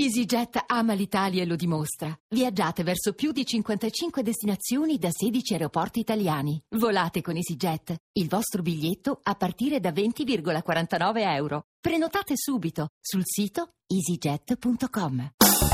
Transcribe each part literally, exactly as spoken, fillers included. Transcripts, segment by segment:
EasyJet ama l'Italia e lo dimostra. Viaggiate verso più di cinquantacinque destinazioni da sedici aeroporti italiani. Volate con EasyJet. Il vostro biglietto a partire da venti virgola quarantanove euro. Prenotate subito sul sito easyjet punto com.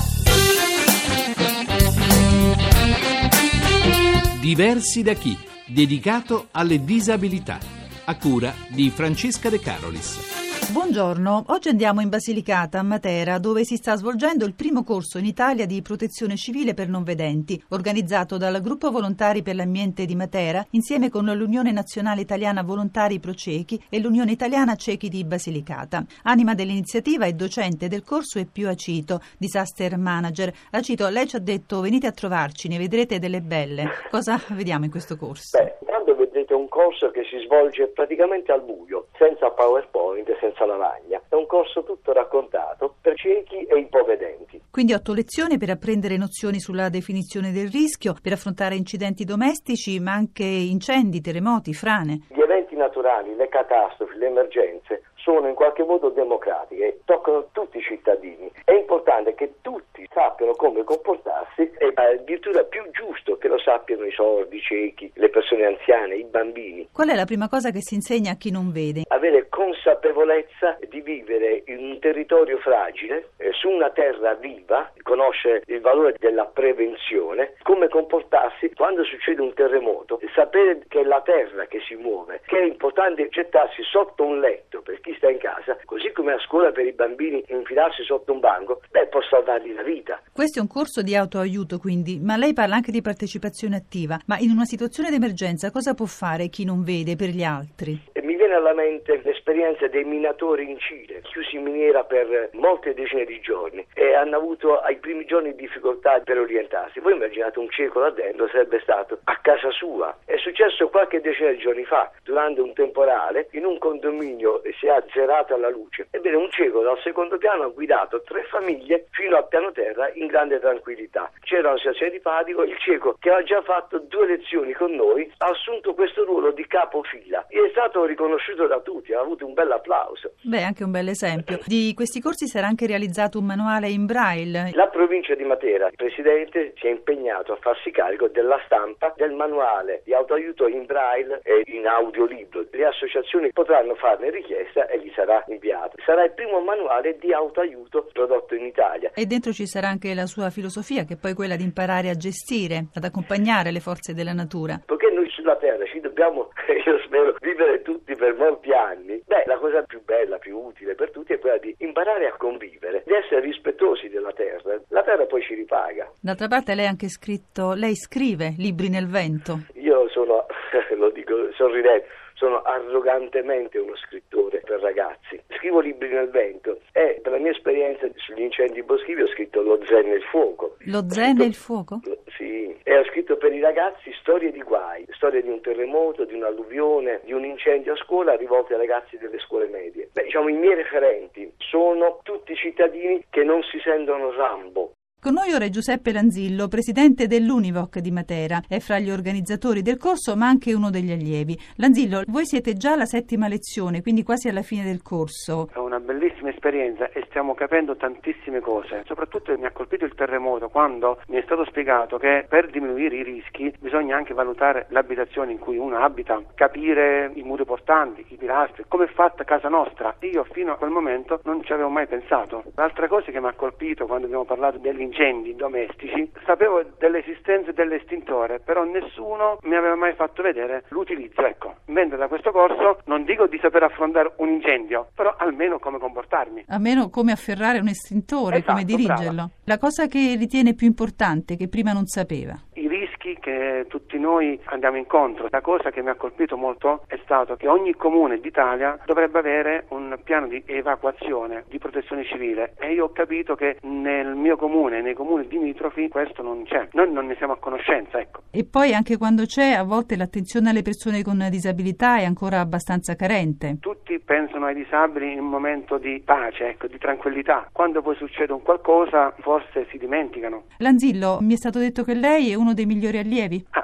Diversi da chi? Dedicato alle disabilità. A cura di Francesca De Carolis. Buongiorno, oggi andiamo in Basilicata, a Matera, dove si sta svolgendo il primo corso in Italia di protezione civile per non vedenti, organizzato dal Gruppo Volontari per l'Ambiente di Matera, insieme con l'Unione Nazionale Italiana Volontari Pro Ciechi e l'Unione Italiana Ciechi di Basilicata. Anima dell'iniziativa e docente del corso è Pio Acito, disaster manager. Acito, lei ci ha detto venite a trovarci, ne vedrete delle belle. Cosa vediamo in questo corso? Beh, intanto vedrete un corso che si svolge praticamente al buio, senza PowerPoint, senza lavagna. È un corso tutto raccontato per ciechi e ipovedenti. Quindi otto lezioni per apprendere nozioni sulla definizione del rischio, per affrontare incidenti domestici, ma anche incendi, terremoti, frane. Gli eventi naturali, le catastrofi, le emergenze sono in qualche modo democratiche, toccano tutti i cittadini. È importante che tutti sappiano come comportarsi e addirittura più giusto che lo sappiano i sordi, i ciechi, le persone anziane, i bambini. Qual è la prima cosa che si insegna a chi non vede? Avere consapevolezza di vivere in un territorio fragile, eh, su una terra viva, conoscere il valore della prevenzione, come comportarsi quando succede un terremoto, sapere che è la terra che si muove, che è importante gettarsi sotto un letto per chi sta in casa, così come a scuola per i bambini infilarsi sotto un banco, beh, può salvargli la vita. Questo è un corso di autoaiuto, quindi, ma lei parla anche di partecipazione attiva. Ma in una situazione d'emergenza cosa può fare chi non vede per gli altri? Mi viene alla mente l'esperienza dei minatori in Cile, chiusi in miniera per molte decine di giorni e hanno avuto ai primi giorni difficoltà per orientarsi. Voi immaginate un cieco là dentro, sarebbe stato a casa sua. È successo qualche decina di giorni fa, durante un temporale, in un condominio si è azzerata la luce. Ebbene, un cieco dal secondo piano ha guidato tre famiglie fino al piano terra in grande tranquillità. C'era una situazione di panico, il cieco, che aveva già fatto due lezioni con noi, ha assunto questo ruolo di capofila e è stato riconosciuto da tutti, ha avuto un bel applauso. Beh, anche un bel esempio. Di questi corsi sarà anche realizzato un manuale in braille. La provincia di Matera, il presidente, si è impegnato a farsi carico della stampa del manuale di autoaiuto in braille e in audiolibro. Le associazioni potranno farne richiesta e gli sarà inviato. Sarà il primo manuale di autoaiuto prodotto in Italia. E dentro ci sarà anche la sua filosofia, che è poi quella di imparare a gestire, ad accompagnare le forze della natura. Perché noi sulla Terra ci dobbiamo, io spero, vivere tutti per molti anni. Beh, la cosa più bella, più utile per tutti è quella di imparare a convivere, di essere rispettosi della Terra. La Terra poi ci ripaga. D'altra parte lei ha anche scritto, lei scrive libri nel vento. Io sono, lo dico sorridendo, sono arrogantemente uno scrittore per ragazzi. Scrivo libri nel vento e per la mia esperienza sugli incendi boschivi ho scritto Lo Zen e il fuoco. Lo Zen e il fuoco? Sì, e ho scritto per i ragazzi storie di guai, storie di un terremoto, di un'alluvione, di un incendio a scuola rivolte ai ragazzi delle scuole medie. Beh, diciamo, i miei referenti sono tutti cittadini che non si sentono Rambo. Con noi ora è Giuseppe Lanzillo, presidente dell'Univoc di Matera. È fra gli organizzatori del corso, ma anche uno degli allievi. Lanzillo, voi siete già alla settima lezione, quindi quasi alla fine del corso. È una bellissima esperienza e stiamo capendo tantissime cose. Soprattutto mi ha colpito il terremoto, quando mi è stato spiegato che per diminuire i rischi bisogna anche valutare l'abitazione in cui uno abita, capire i muri portanti, i pilastri, come è fatta casa nostra. Io fino a quel momento non ci avevo mai pensato. L'altra cosa che mi ha colpito quando abbiamo parlato degli incendi domestici, sapevo dell'esistenza dell'estintore, però nessuno mi aveva mai fatto vedere l'utilizzo. Ecco, mentre da questo corso non dico di saper affrontare un incendio, però almeno come comportarmi. Almeno come afferrare un estintore, esatto, come dirigerlo. Brava. La cosa che ritiene più importante, che prima non sapeva. I rischi che tutti noi andiamo incontro. La cosa che mi ha colpito molto è stato che ogni comune d'Italia dovrebbe avere un piano di evacuazione, di protezione civile, e io ho capito che nel mio comune, nei comuni limitrofi, questo non c'è. Noi non ne siamo a conoscenza, ecco. E poi anche quando c'è, a volte l'attenzione alle persone con disabilità è ancora abbastanza carente. Tutti pensano ai disabili in un momento di pace, ecco, di tranquillità. Quando poi succede un qualcosa, forse si dimenticano. Lanzillo, mi è stato detto che lei è uno dei migliori allievi. Ah, questo mi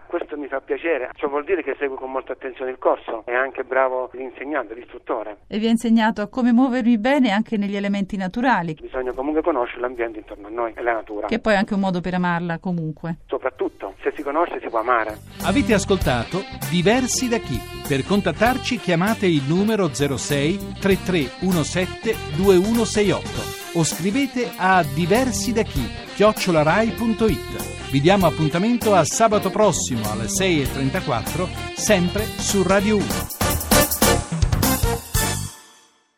mi fa piacere, ciò vuol dire che segue con molta attenzione il corso, è anche bravo l'insegnante, l'istruttore. E vi ha insegnato a come muovermi bene anche negli elementi naturali. Bisogna comunque conoscere l'ambiente intorno a noi e la natura. Che poi è anche un modo per amarla comunque. Soprattutto, se si conosce si può amare. Avete ascoltato Diversi da chi? Per contattarci chiamate il numero zero sei trentatré diciassette ventuno sessantotto o scrivete a diversi da chi chiocciola rai punto it. Vi diamo appuntamento a sabato prossimo alle sei e trentaquattro, sempre su Radio uno.